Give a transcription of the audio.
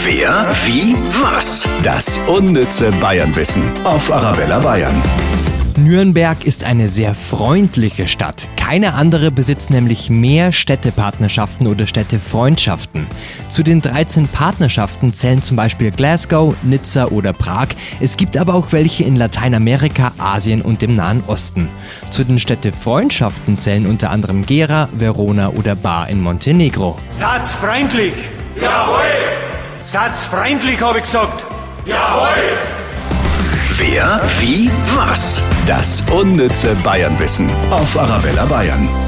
Wer, wie, was? Das unnütze Bayernwissen auf Arabella Bayern. Nürnberg ist eine sehr freundliche Stadt. Keine andere besitzt nämlich mehr Städtepartnerschaften oder Städtefreundschaften. Zu den 13 Partnerschaften zählen zum Beispiel Glasgow, Nizza oder Prag. Es gibt aber auch welche in Lateinamerika, Asien und dem Nahen Osten. Zu den Städtefreundschaften zählen unter anderem Gera, Verona oder Bar in Montenegro. Satzfreundlich! Jawohl! Satzfreundlich, habe ich gesagt! Jawohl! Wer, wie, was? Das unnütze Bayernwissen auf Arabella Bayern.